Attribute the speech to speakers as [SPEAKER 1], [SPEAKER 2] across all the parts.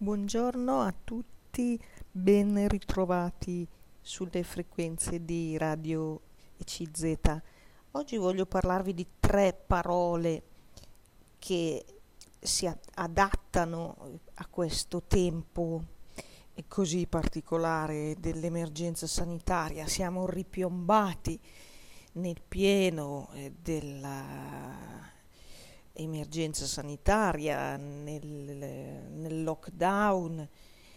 [SPEAKER 1] Buongiorno a tutti, ben ritrovati sulle frequenze di Radio ECZ. Oggi voglio parlarvi di tre parole che adattano a questo tempo così particolare dell'emergenza sanitaria. Siamo ripiombati nel pieno della emergenza sanitaria, nel lockdown,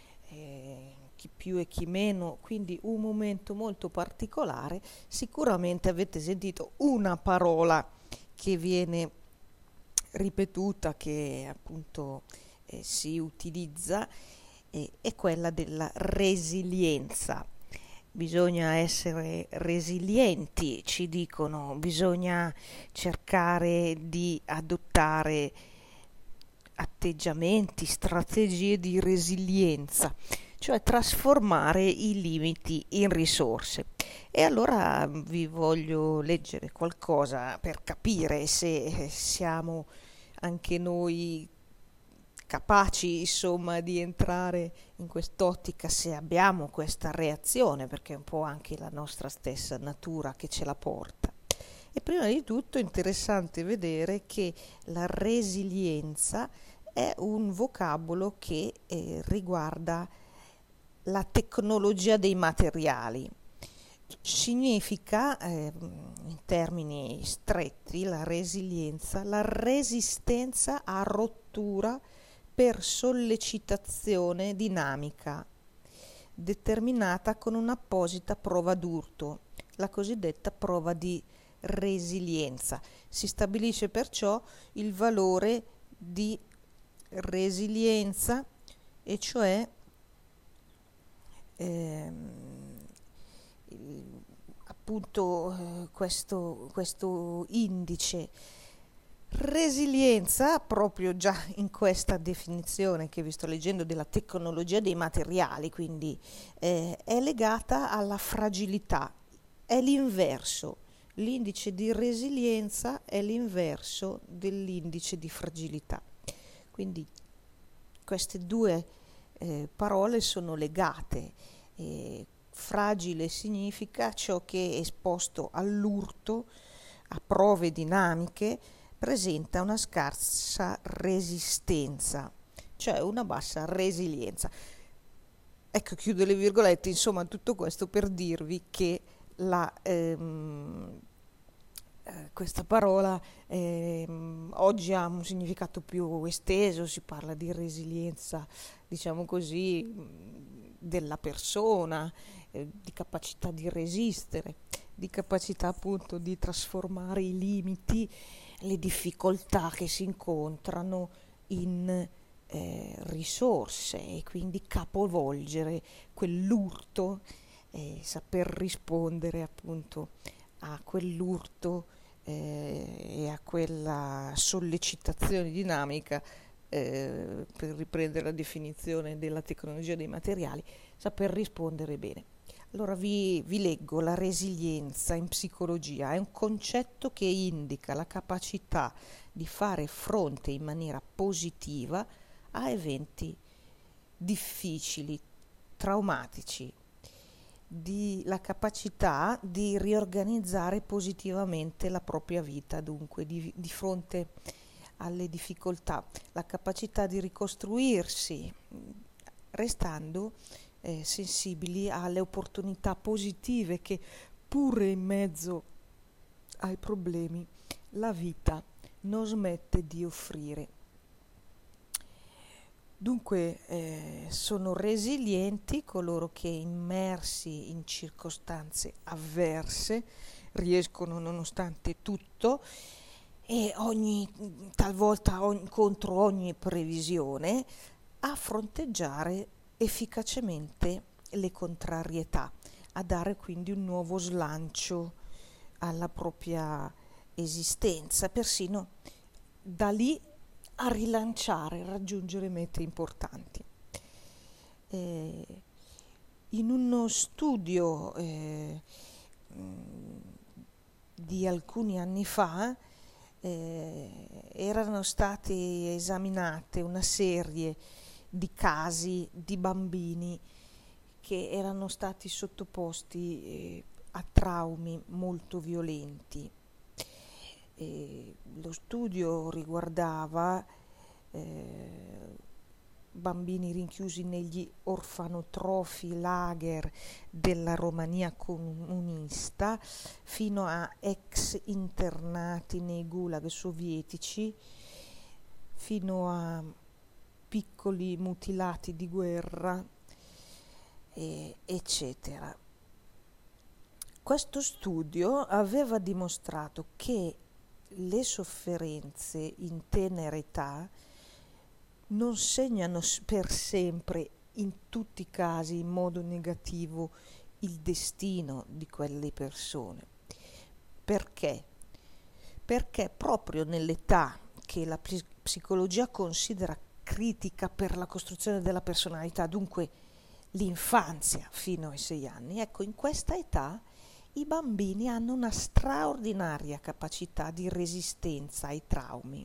[SPEAKER 1] chi più e chi meno, quindi un momento molto particolare. Sicuramente avete sentito una parola che viene ripetuta, che appunto si utilizza, è quella della resilienza. Bisogna essere resilienti, ci dicono, bisogna cercare di adottare atteggiamenti, strategie di resilienza, cioè trasformare i limiti in risorse. E allora vi voglio leggere qualcosa per capire se siamo anche noi capaci, insomma, di entrare in quest'ottica, se abbiamo questa reazione, perché è un po' anche la nostra stessa natura che ce la porta. E prima di tutto è interessante vedere che la resilienza è un vocabolo che riguarda la tecnologia dei materiali. Significa, in termini stretti, la resilienza, la resistenza a rottura per sollecitazione dinamica, determinata con un'apposita prova d'urto, la cosiddetta prova di resilienza. Si stabilisce perciò il valore di resilienza, e cioè appunto questo indice. Resilienza, proprio già in questa definizione che vi sto leggendo della tecnologia dei materiali, quindi è legata alla fragilità, è l'inverso. L'indice di resilienza è l'inverso dell'indice di fragilità. Quindi queste due parole sono legate. Fragile significa ciò che è esposto all'urto, a prove dinamiche, presenta una scarsa resistenza, cioè una bassa resilienza. Ecco, chiudo le virgolette, insomma, tutto questo per dirvi che questa parola oggi ha un significato più esteso, si parla di resilienza, diciamo così, della persona, di capacità di resistere, di capacità appunto di trasformare i limiti, le difficoltà che si incontrano in risorse, e quindi capovolgere quell'urto, saper rispondere appunto a quell'urto e a quella sollecitazione dinamica, per riprendere la definizione della tecnologia dei materiali, saper rispondere bene. Allora vi leggo: la resilienza in psicologia è un concetto che indica la capacità di fare fronte in maniera positiva a eventi difficili, traumatici, la capacità di riorganizzare positivamente la propria vita, dunque di fronte alle difficoltà, la capacità di ricostruirsi, restando sensibili alle opportunità positive che pure in mezzo ai problemi la vita non smette di offrire. Dunque sono resilienti coloro che, immersi in circostanze avverse, riescono nonostante tutto e talvolta contro ogni previsione, a fronteggiare efficacemente le contrarietà, a dare quindi un nuovo slancio alla propria esistenza, persino da lì a rilanciare, raggiungere mete importanti. In uno studio di alcuni anni fa erano state esaminate una serie di casi di bambini che erano stati sottoposti a traumi molto violenti. Lo studio riguardava bambini rinchiusi negli orfanotrofi lager della Romania comunista fino a ex internati nei gulag sovietici, fino a piccoli mutilati di guerra, eccetera. Questo studio aveva dimostrato che le sofferenze in tenera età non segnano per sempre, in tutti i casi, in modo negativo, il destino di quelle persone. Perché? Perché proprio nell'età che la psicologia considera critica per la costruzione della personalità, dunque l'infanzia fino ai 6 anni, ecco, in questa età i bambini hanno una straordinaria capacità di resistenza ai traumi.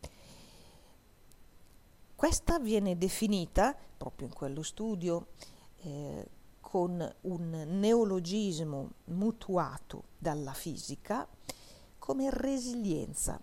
[SPEAKER 1] Questa viene definita, proprio in quello studio, con un neologismo mutuato dalla fisica, come resilienza.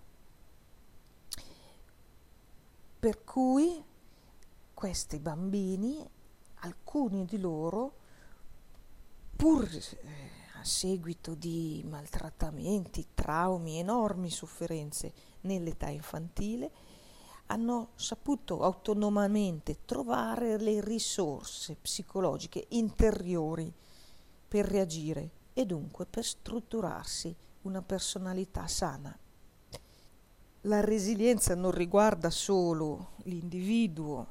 [SPEAKER 1] Per cui questi bambini, alcuni di loro, pur a seguito di maltrattamenti, traumi, enormi sofferenze nell'età infantile, hanno saputo autonomamente trovare le risorse psicologiche interiori per reagire e dunque per strutturarsi una personalità sana. La resilienza non riguarda solo l'individuo,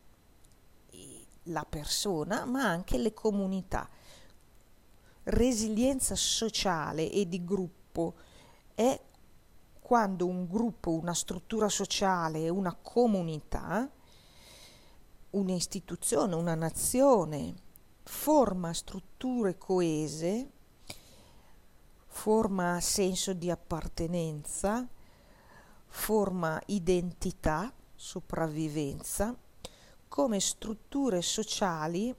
[SPEAKER 1] la persona, ma anche le comunità. Resilienza sociale e di gruppo è quando un gruppo, una struttura sociale, una comunità, un'istituzione, una nazione forma strutture coese, forma senso di appartenenza, forma identità, sopravvivenza, come strutture sociali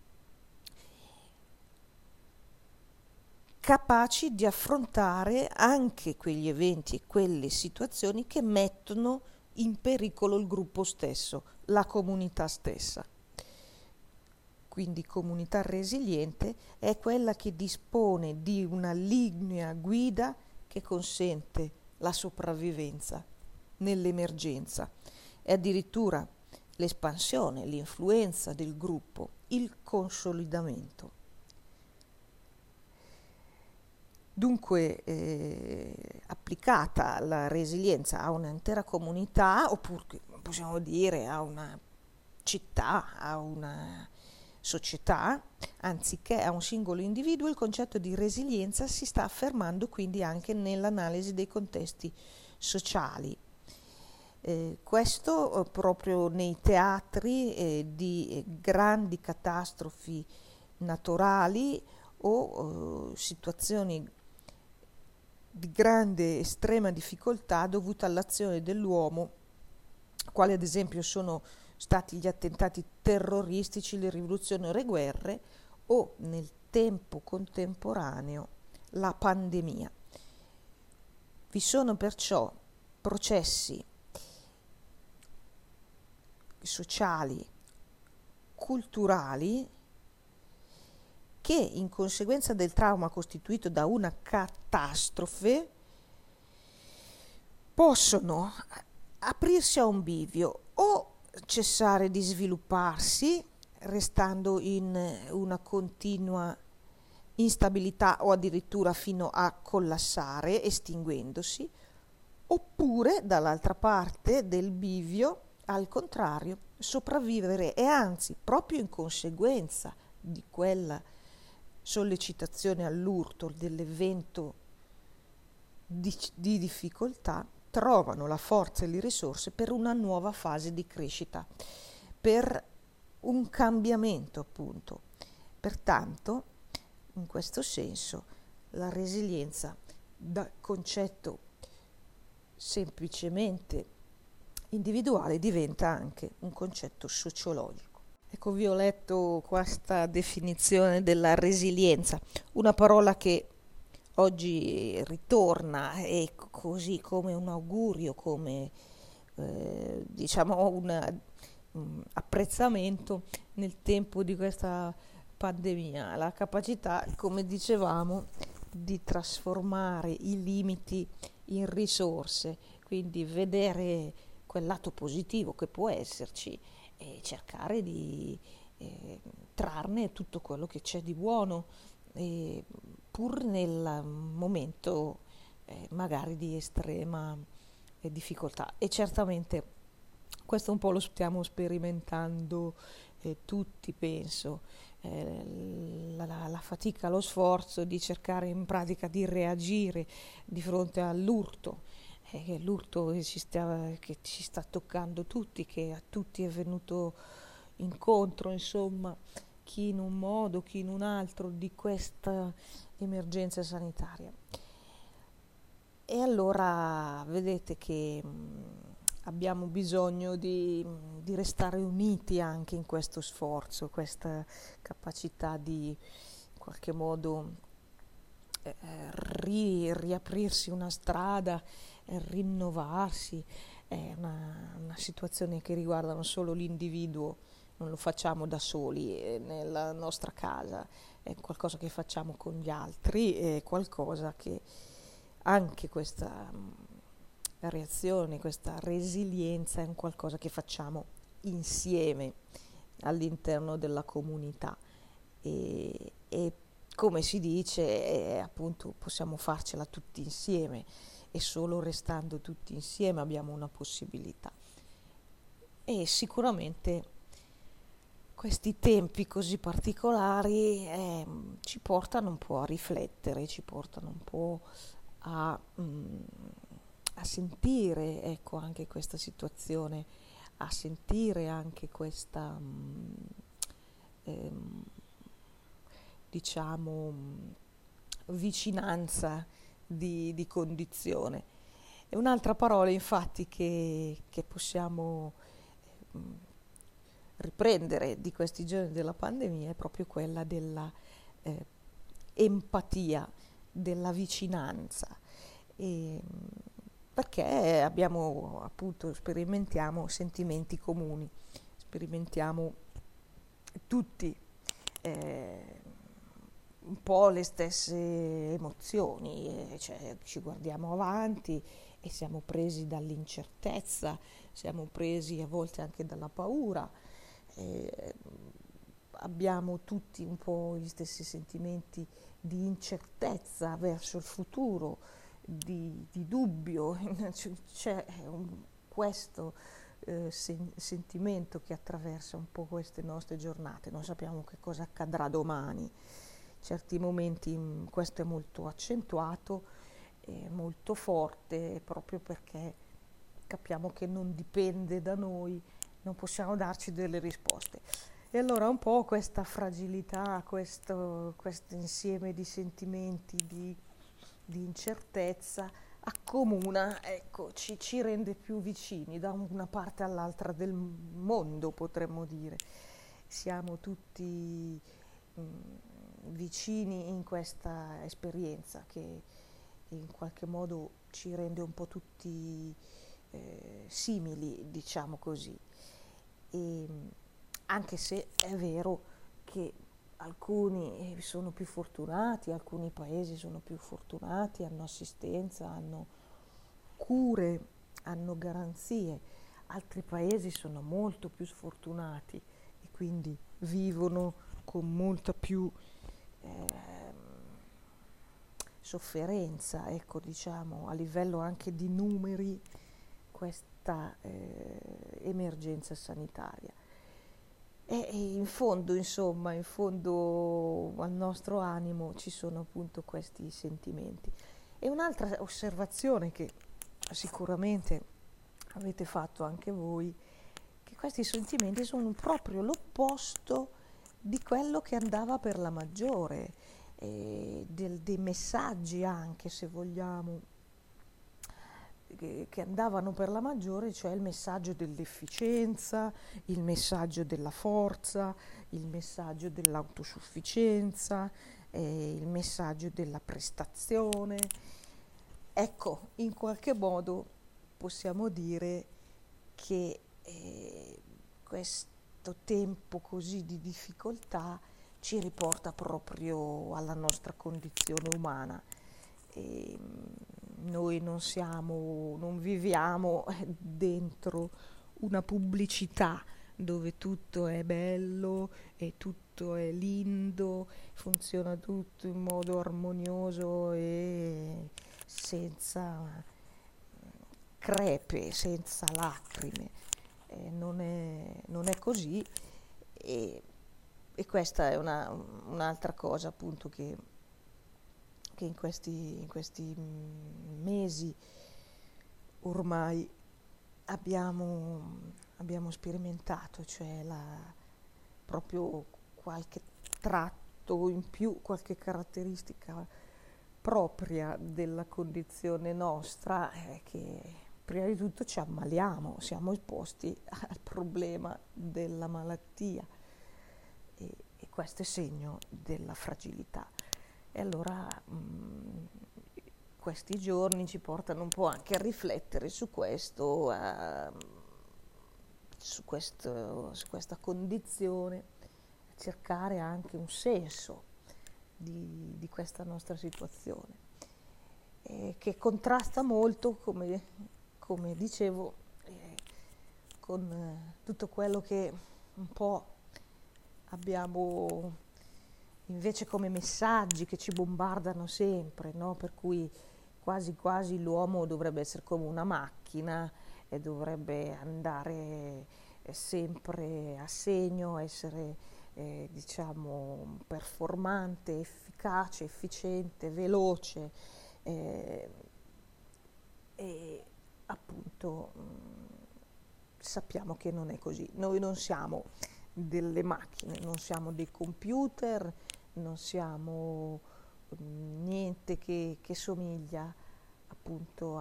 [SPEAKER 1] capaci di affrontare anche quegli eventi e quelle situazioni che mettono in pericolo il gruppo stesso, la comunità stessa. Quindi comunità resiliente è quella che dispone di una linea guida che consente la sopravvivenza nell'emergenza e addirittura l'espansione, l'influenza del gruppo, il consolidamento. Dunque, applicata la resilienza a un'intera comunità, oppure possiamo dire a una città, a una società, anziché a un singolo individuo, il concetto di resilienza si sta affermando quindi anche nell'analisi dei contesti sociali. Questo proprio nei teatri di grandi catastrofi naturali o situazioni di grande estrema difficoltà dovuta all'azione dell'uomo, quali ad esempio sono stati gli attentati terroristici, le rivoluzioni o le guerre, o nel tempo contemporaneo la pandemia. Vi sono perciò processi sociali, culturali, che in conseguenza del trauma costituito da una catastrofe possono aprirsi a un bivio o cessare di svilupparsi, restando in una continua instabilità o addirittura fino a collassare, estinguendosi, oppure dall'altra parte del bivio, al contrario, sopravvivere e anzi, proprio in conseguenza di quella sollecitazione all'urto dell'evento di difficoltà, trovano la forza e le risorse per una nuova fase di crescita, per un cambiamento appunto. Pertanto, in questo senso, la resilienza da concetto semplicemente individuale diventa anche un concetto sociologico. Ecco, vi ho letto questa definizione della resilienza, una parola che oggi ritorna e così come un augurio, come diciamo un apprezzamento nel tempo di questa pandemia, la capacità, come dicevamo, di trasformare i limiti in risorse, quindi vedere quel lato positivo che può esserci e cercare di trarne tutto quello che c'è di buono, eh, pur nel momento magari di estrema difficoltà. E certamente questo un po' lo stiamo sperimentando tutti, penso, la fatica, lo sforzo di cercare in pratica di reagire di fronte all'urto, l'urto che ci sta toccando tutti, che a tutti è venuto incontro, insomma, chi in un modo, chi in un altro, di questa emergenza sanitaria. E allora vedete che abbiamo bisogno di restare uniti anche in questo sforzo, questa capacità di in qualche modo riaprirsi una strada, rinnovarsi. È una situazione che riguarda non solo l'individuo, non lo facciamo da soli nella nostra casa, è qualcosa che facciamo con gli altri, è qualcosa che anche questa reazione, questa resilienza è un qualcosa che facciamo insieme all'interno della comunità e come si dice, appunto possiamo farcela tutti insieme e solo restando tutti insieme abbiamo una possibilità. E sicuramente questi tempi così particolari ci portano un po' a riflettere, ci portano un po' a sentire, ecco, anche questa situazione, a sentire anche questa diciamo vicinanza di condizione. E un'altra parola infatti che possiamo riprendere di questi giorni della pandemia è proprio quella della empatia, della vicinanza, e, perché abbiamo appunto sperimentiamo sentimenti comuni, sperimentiamo tutti un po' le stesse emozioni, cioè ci guardiamo avanti e siamo presi dall'incertezza, siamo presi a volte anche dalla paura, eh, abbiamo tutti un po' gli stessi sentimenti di incertezza verso il futuro, di dubbio, c'è questo sentimento che attraversa un po' queste nostre giornate, non sappiamo che cosa accadrà domani. Certi momenti questo è molto accentuato, molto forte, proprio perché capiamo che non dipende da noi, non possiamo darci delle risposte. E allora un po' questa fragilità, questo insieme di sentimenti, di incertezza, accomuna, ecco, ci rende più vicini da una parte all'altra del mondo, potremmo dire. Siamo tutti vicini in questa esperienza che in qualche modo ci rende un po' tutti simili, diciamo così. E, anche se è vero che alcuni sono più fortunati, alcuni paesi sono più fortunati, hanno assistenza, hanno cure, hanno garanzie, altri paesi sono molto più sfortunati e quindi vivono con molta più sofferenza, ecco, diciamo, a livello anche di numeri, questa emergenza sanitaria. E in fondo, insomma, in fondo al nostro animo ci sono appunto questi sentimenti. E un'altra osservazione che sicuramente avete fatto anche voi, che questi sentimenti sono proprio l'opposto di quello che andava per la maggiore, dei messaggi anche, se vogliamo, che andavano per la maggiore, cioè il messaggio dell'efficienza, il messaggio della forza, il messaggio dell'autosufficienza, il messaggio della prestazione. Ecco, in qualche modo possiamo dire che questo tempo così di difficoltà ci riporta proprio alla nostra condizione umana. E noi non viviamo dentro una pubblicità dove tutto è bello e tutto è lindo, funziona tutto in modo armonioso e senza crepe, senza lacrime. Non è così, e, e questa è un'altra cosa appunto che in questi mesi ormai abbiamo sperimentato, cioè proprio qualche tratto in più, qualche caratteristica propria della condizione nostra, che prima di tutto ci ammaliamo, siamo esposti al problema della malattia, e questo è segno della fragilità. E allora questi giorni ci portano un po' anche a riflettere su questo, su questa condizione, a cercare anche un senso di questa nostra situazione, che contrasta molto, come dicevo, con tutto quello che un po' abbiamo invece come messaggi che ci bombardano sempre, no? Per cui quasi quasi l'uomo dovrebbe essere come una macchina e dovrebbe andare sempre a segno, essere diciamo performante, efficace, efficiente, veloce, e appunto sappiamo che non è così. Noi non siamo delle macchine, non siamo dei computer, non siamo niente che somiglia appunto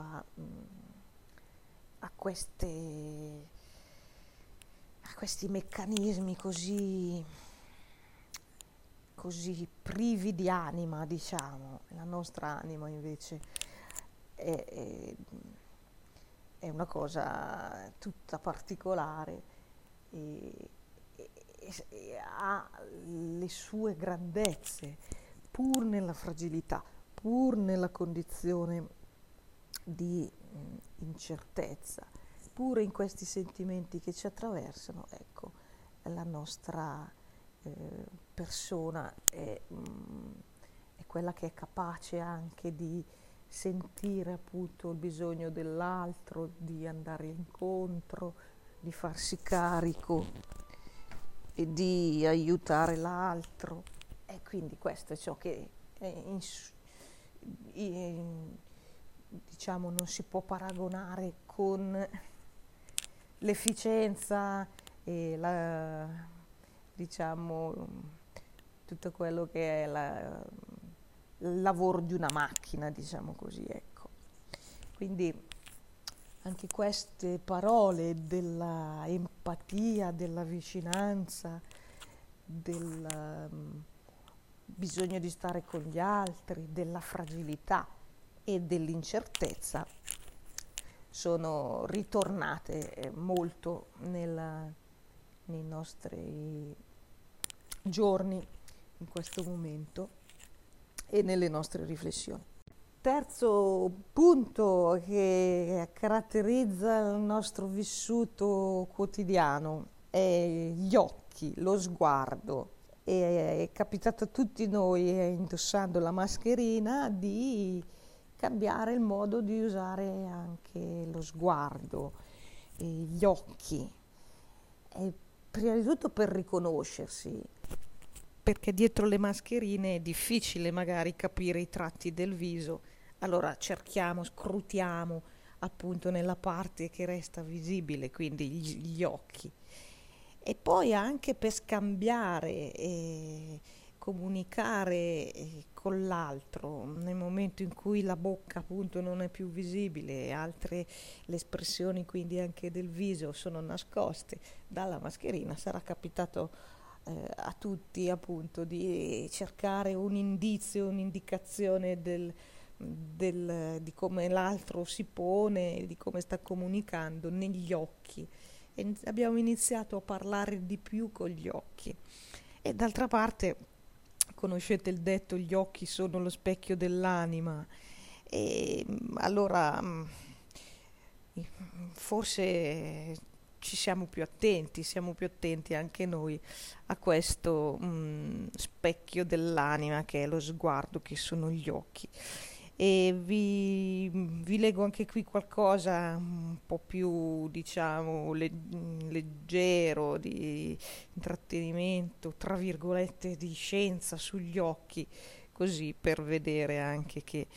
[SPEAKER 1] a questi meccanismi così privi di anima, diciamo. La nostra anima invece è una cosa tutta particolare, e ha le sue grandezze, pur nella fragilità, pur nella condizione di incertezza, pure in questi sentimenti che ci attraversano. Ecco, la nostra persona è quella che è capace anche di sentire appunto il bisogno dell'altro, di andare incontro, di farsi carico e di aiutare l'altro. E quindi questo è ciò che diciamo non si può paragonare con l'efficienza e diciamo tutto quello che è il lavoro di una macchina, diciamo così, ecco. Quindi anche queste parole della empatia, della vicinanza, del bisogno di stare con gli altri, della fragilità e dell'incertezza sono ritornate molto nei nostri giorni, in questo momento, e nelle nostre riflessioni. Terzo punto che caratterizza il nostro vissuto quotidiano è gli occhi, lo sguardo. È capitato a tutti noi, indossando la mascherina, di cambiare il modo di usare anche lo sguardo, gli occhi. E prima di tutto per riconoscersi, perché dietro le mascherine è difficile magari capire i tratti del viso, allora scrutiamo appunto nella parte che resta visibile, quindi gli occhi. E poi anche per scambiare comunicare con l'altro nel momento in cui la bocca appunto non è più visibile e altre le espressioni quindi anche del viso sono nascoste dalla mascherina, sarà capitato a tutti appunto di cercare un indizio, un'indicazione di come l'altro si pone, di come sta comunicando negli occhi. E abbiamo iniziato a parlare di più con gli occhi. E d'altra parte, conoscete il detto, gli occhi sono lo specchio dell'anima. E allora forse ci siamo più attenti anche noi a questo specchio dell'anima che è lo sguardo, che sono gli occhi. E vi leggo anche qui qualcosa un po' più, diciamo, leggero, di intrattenimento, tra virgolette, di scienza sugli occhi, così per vedere anche che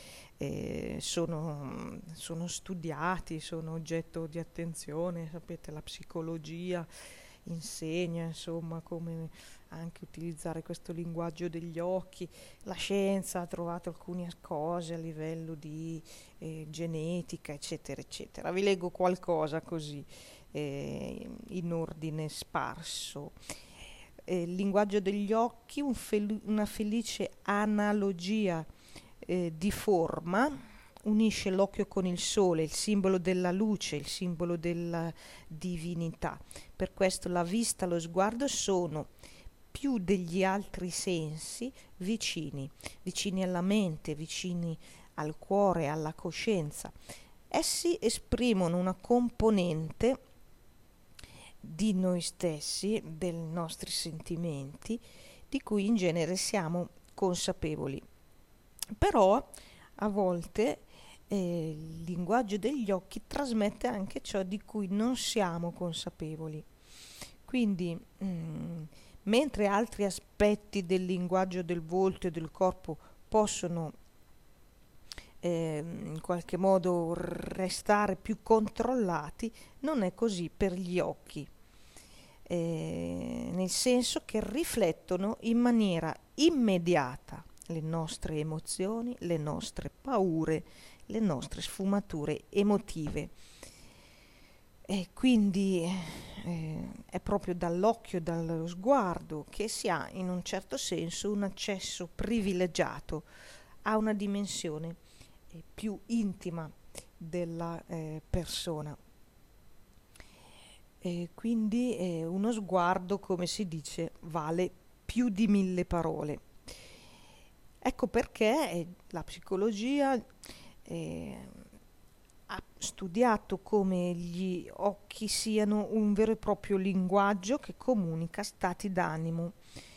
[SPEAKER 1] sono studiati, sono oggetto di attenzione. Sapete, la psicologia insegna insomma come anche utilizzare questo linguaggio degli occhi. La scienza ha trovato alcune cose a livello di genetica, eccetera, eccetera. Vi leggo qualcosa così in ordine sparso. Il linguaggio degli occhi, una felice analogia di forma, unisce l'occhio con il sole, il simbolo della luce, il simbolo della divinità. Per questo la vista e lo sguardo sono più degli altri sensi vicini, vicini alla mente, vicini al cuore, alla coscienza. Essi esprimono una componente di noi stessi, dei nostri sentimenti, di cui in genere siamo consapevoli. Però a volte il linguaggio degli occhi trasmette anche ciò di cui non siamo consapevoli. Quindi, mentre altri aspetti del linguaggio del volto e del corpo possono in qualche modo restare più controllati, non è così per gli occhi, nel senso che riflettono in maniera immediata le nostre emozioni, le nostre paure, le nostre sfumature emotive. E quindi è proprio dall'occhio, dallo sguardo, che si ha in un certo senso un accesso privilegiato a una dimensione più intima della persona. E quindi uno sguardo, come si dice, vale più di 1000 parole. Ecco perché la psicologia ha studiato come gli occhi siano un vero e proprio linguaggio che comunica stati d'animo.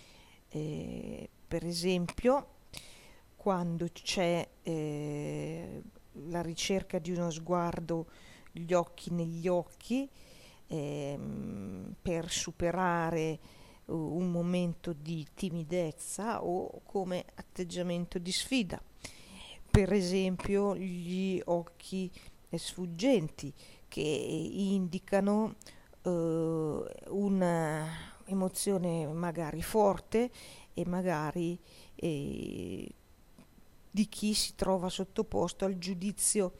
[SPEAKER 1] Per esempio, quando c'è la ricerca di uno sguardo gli occhi negli occhi, per superare un momento di timidezza o come atteggiamento di sfida. Per esempio, gli occhi sfuggenti che indicano una emozione magari forte e magari di chi si trova sottoposto al giudizio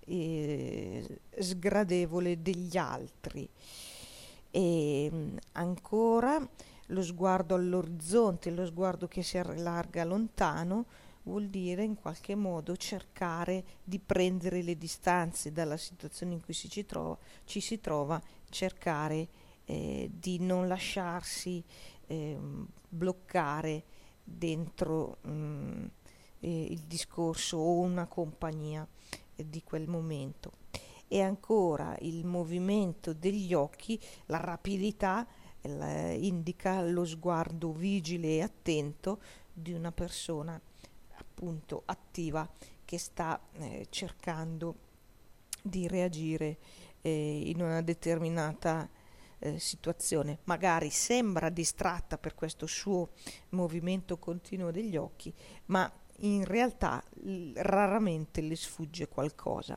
[SPEAKER 1] sgradevole degli altri. E ancora lo sguardo all'orizzonte, lo sguardo che si allarga lontano, vuol dire in qualche modo cercare di prendere le distanze dalla situazione in cui ci si trova, cercare di non lasciarsi bloccare dentro il discorso o una compagnia di quel momento. E ancora il movimento degli occhi, la rapidità indica lo sguardo vigile e attento di una persona appunto attiva che sta cercando di reagire in una determinata situazione. Magari sembra distratta per questo suo movimento continuo degli occhi, ma in realtà raramente le sfugge qualcosa.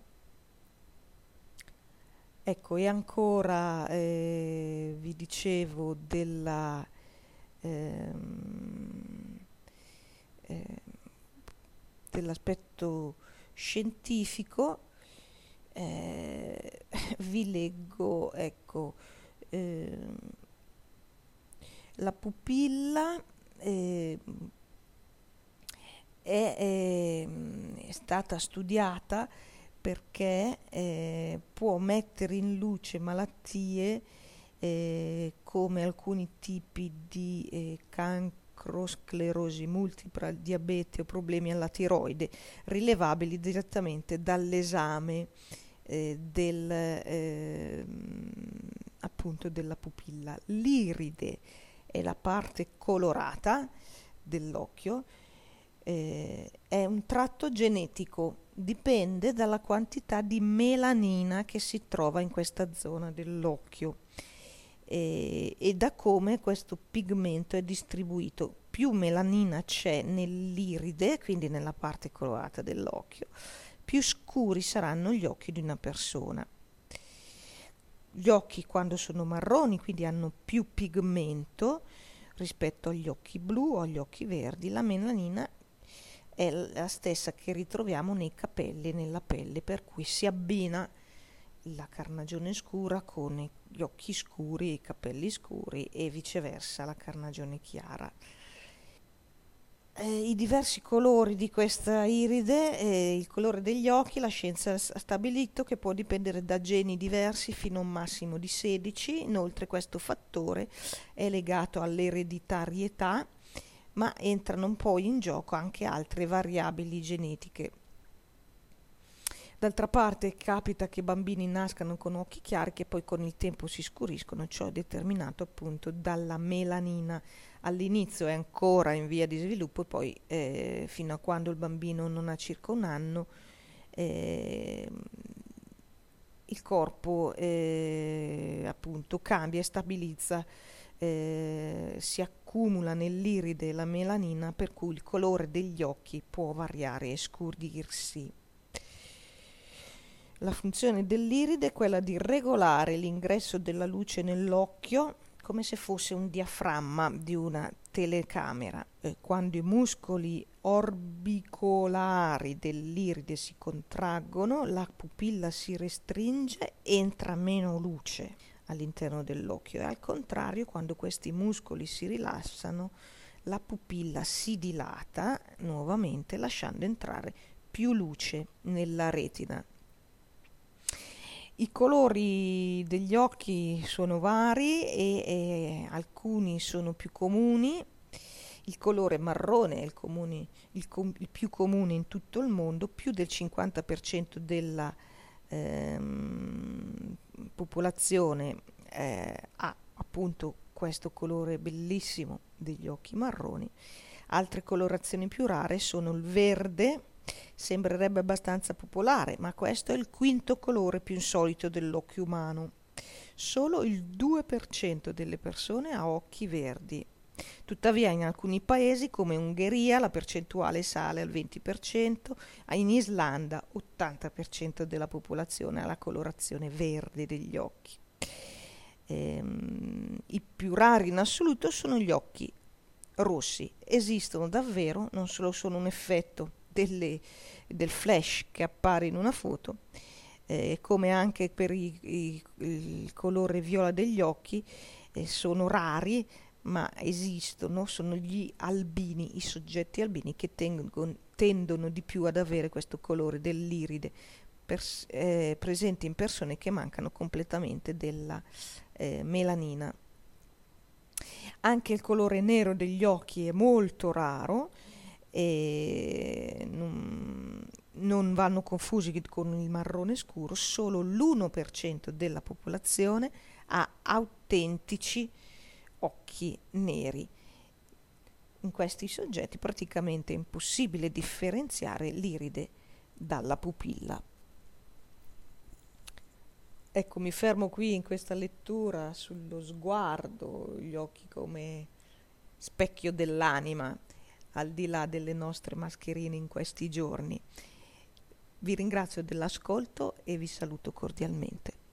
[SPEAKER 1] Ecco, e ancora vi dicevo della dell'aspetto scientifico, vi leggo, ecco, ehm, la pupilla eh, è stata studiata perché può mettere in luce malattie come alcuni tipi di cancro, sclerosi multipla, diabete o problemi alla tiroide, rilevabili direttamente dall'esame appunto della pupilla. L'iride è la parte colorata dell'occhio, è un tratto genetico, dipende dalla quantità di melanina che si trova in questa zona dell'occhio e da come questo pigmento è distribuito. Più melanina c'è nell'iride, quindi nella parte colorata dell'occhio, più scuri saranno gli occhi di una persona. Gli occhi, quando sono marroni, quindi hanno più pigmento rispetto agli occhi blu o agli occhi verdi, la melanina è la stessa che ritroviamo nei capelli e nella pelle, per cui si abbina la carnagione scura con gli occhi scuri e i capelli scuri e viceversa la carnagione chiara. I diversi colori di questa iride, il colore degli occhi, la scienza ha stabilito che può dipendere da geni diversi fino a un massimo di 16. Inoltre questo fattore è legato all'ereditarietà, ma entrano poi in gioco anche altre variabili genetiche. D'altra parte capita che bambini nascano con occhi chiari che poi con il tempo si scuriscono, ciò è determinato appunto dalla melanina. All'inizio è ancora in via di sviluppo e poi fino a quando il bambino non ha circa un anno il corpo appunto cambia e stabilizza, si accumula nell'iride la melanina, per cui il colore degli occhi può variare e scurdirsi. La funzione dell'iride è quella di regolare l'ingresso della luce nell'occhio come se fosse un diaframma di una telecamera. Quando i muscoli orbicolari dell'iride si contraggono, la pupilla si restringe, entra meno luce all'interno dell'occhio, e al contrario, quando questi muscoli si rilassano, la pupilla si dilata nuovamente, lasciando entrare più luce nella retina. I colori degli occhi sono vari e alcuni sono più comuni. Il colore marrone è il più comune in tutto il mondo, più del 50% della popolazione ha appunto questo colore bellissimo degli occhi marroni. Altre colorazioni più rare sono il verde. Sembrerebbe abbastanza popolare, ma questo è il quinto colore più insolito dell'occhio umano. Solo il 2% delle persone ha occhi verdi. Tuttavia in alcuni paesi come Ungheria la percentuale sale al 20%, in Islanda 80% della popolazione ha la colorazione verde degli occhi. I più rari in assoluto sono gli occhi rossi. Esistono davvero, non solo sono un effetto del flash che appare in una foto, come anche per il colore viola degli occhi, sono rari, ma esistono, sono gli albini, i soggetti albini che tendono di più ad avere questo colore dell'iride, presenti in persone che mancano completamente della melanina. Anche il colore nero degli occhi è molto raro e non vanno confusi con il marrone scuro. Solo l'1% della popolazione ha autentici occhi neri. In questi soggetti praticamente è impossibile differenziare l'iride dalla pupilla. Ecco, mi fermo qui in questa lettura sullo sguardo, gli occhi come specchio dell'anima, al di là delle nostre mascherine in questi giorni. Vi ringrazio dell'ascolto e vi saluto cordialmente.